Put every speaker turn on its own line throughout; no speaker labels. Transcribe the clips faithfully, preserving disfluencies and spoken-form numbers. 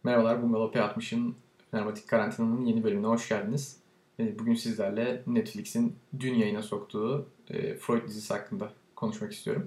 Merhabalar, Bungalov P altmışın Pneumatik Karantina'nın yeni bölümüne hoş geldiniz. E, Bugün sizlerle Netflix'in dün yayına soktuğu e, Freud dizisi hakkında konuşmak istiyorum.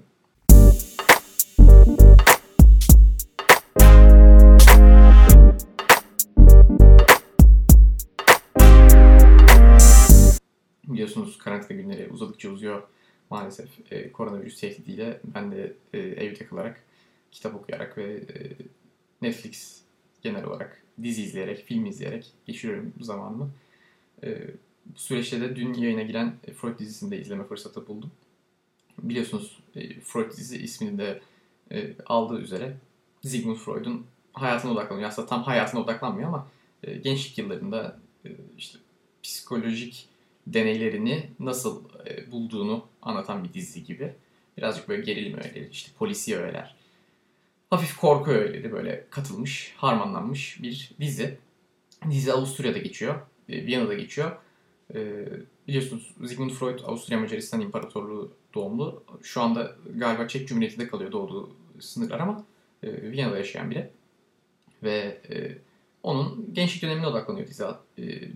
Biliyorsunuz karantina günleri uzadıkça uzuyor maalesef. E, koronavirüs tehdidiyle ben de e, evde kalarak, kitap okuyarak ve e, Netflix genel olarak dizi izleyerek, film izleyerek geçiriyorum zamanımı. E, Bu süreçte de dün yayına giren e, Freud dizisini de izleme fırsatı buldum. Biliyorsunuz e, Freud dizisi ismini de e, aldığı üzere Sigmund Freud'un hayatına odaklanıyor. Aslında tam hayatına odaklanmıyor ama e, gençlik yıllarında e, işte psikolojik deneylerini nasıl e, bulduğunu anlatan bir dizi gibi. Birazcık böyle gerilim öğeleri, işte polisiye öğeler, hafif korku öğeleri böyle katılmış, harmanlanmış bir dizi. Dizi Avusturya'da geçiyor, e, Viyana'da geçiyor. E, biliyorsunuz Sigmund Freud Avusturya Macaristan İmparatorluğu doğumlu. Şu anda galiba Çek Cumhuriyeti'nde kalıyor doğduğu sınırlar ama e, Viyana'da yaşayan biri. Ve e, onun gençlik dönemine odaklanıyor dizi. E,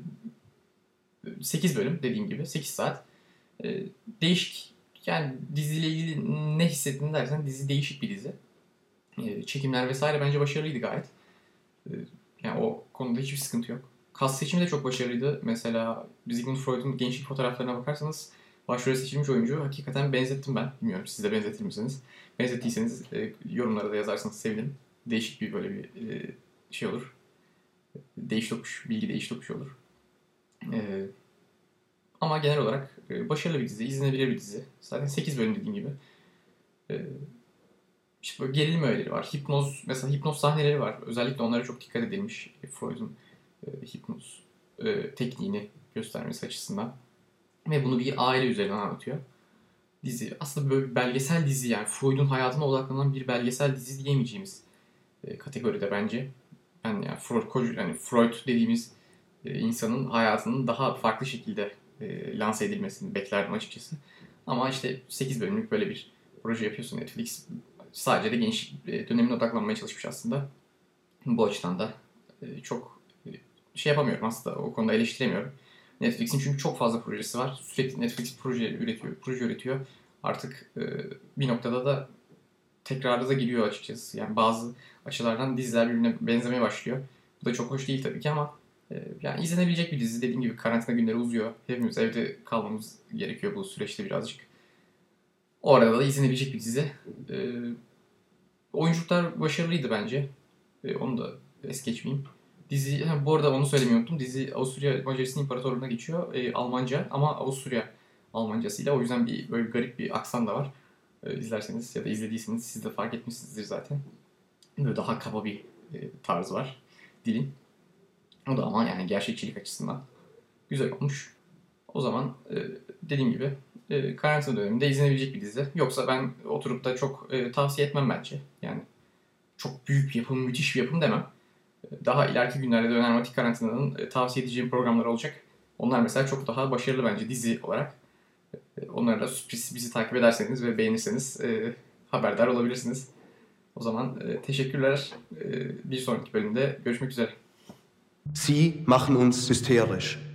sekiz bölüm dediğim gibi, sekiz saat. E, değişik, yani diziyle ilgili ne hissettin dersen dizi değişik bir dizi. E, çekimler vesaire bence başarılıydı gayet. E, yani o konuda hiçbir sıkıntı yok. Kas seçimi de çok başarılıydı. Mesela Sigmund Freud'un gençlik fotoğraflarına bakarsanız başrole seçilmiş oyuncu hakikaten benzettim ben. Bilmiyorum siz de benzetir misiniz? Benzettiyseniz e, yorumlara da yazarsanız sevinirim. Değişik bir böyle bir e, şey olur. Değiş tokuş, bilgi değiş tokuşu olur. E, ama genel olarak e, başarılı bir dizi, izlenebilir bir dizi. Zaten sekiz bölüm dediğim gibi. E, işte böyle gerilim öğeleri var. Hipnoz, mesela hipnoz sahneleri var. Özellikle onlara çok dikkat edilmiş. E, Freud'un e, hipnoz e, tekniğini göstermesi açısından. Ve bunu bir aile üzerinden anlatıyor. Dizi aslında böyle bir belgesel dizi, yani Freud'un hayatına odaklanan bir belgesel dizi diyemeyeceğimiz e, kategoride bence. Ben yani Freud, yani Freud dediğimiz e, insanın hayatının daha farklı şekilde e, lanse edilmesini beklerdim açıkçası. Ama işte sekiz bölümlük böyle bir proje yapıyorsun Netflix. Sadece de genç e, dönemine odaklanmaya çalışmış aslında. Bu açıdan da e, çok e, şey yapamıyorum aslında, o konuda eleştiremiyorum. Netflix'in çünkü çok fazla projesi var. Sürekli Netflix proje üretiyor, proje üretiyor. Artık e, bir noktada da tekrarda da giriyor açıkçası. Yani bazı açılardan diziler birbirine benzemeye başlıyor. Bu da çok hoş değil tabii ki ama e, yani izlenebilecek bir dizi. Dediğim gibi karantina günleri uzuyor. Hepimiz evde kalmamız gerekiyor bu süreçte birazcık. O arada da izlenebilecek bir dizi. E, oyunculuklar başarılıydı bence. E, onu da es geçmeyeyim. Dizi, ha, bu arada onu söylemeyi unuttum. Dizi Avusturya Macaristan İmparatorluğu'na geçiyor. E, Almanca ama Avusturya Almancasıyla. O yüzden bir böyle garip bir aksan da var. E, izlerseniz ya da izlediyseniz siz de fark etmişsinizdir zaten. Böyle daha kaba bir e, tarz var dilin. O da ama yani gerçekçilik açısından güzel olmuş. O zaman e, dediğim gibi e, karantina döneminde izlenebilecek bir dizi. Yoksa ben oturup da çok e, tavsiye etmem bence. Yani çok büyük bir yapım, müthiş bir yapım demem. Daha ileriki günlerde de Pneumatik Karantina'nın e, tavsiye edeceğim programlar olacak. Onlar mesela çok daha başarılı bence dizi olarak. E, onları da sürpriz bizi takip ederseniz ve beğenirseniz e, haberdar olabilirsiniz. O zaman e, teşekkürler. E, bir sonraki bölümde görüşmek üzere.
Sie machen uns hysterisch.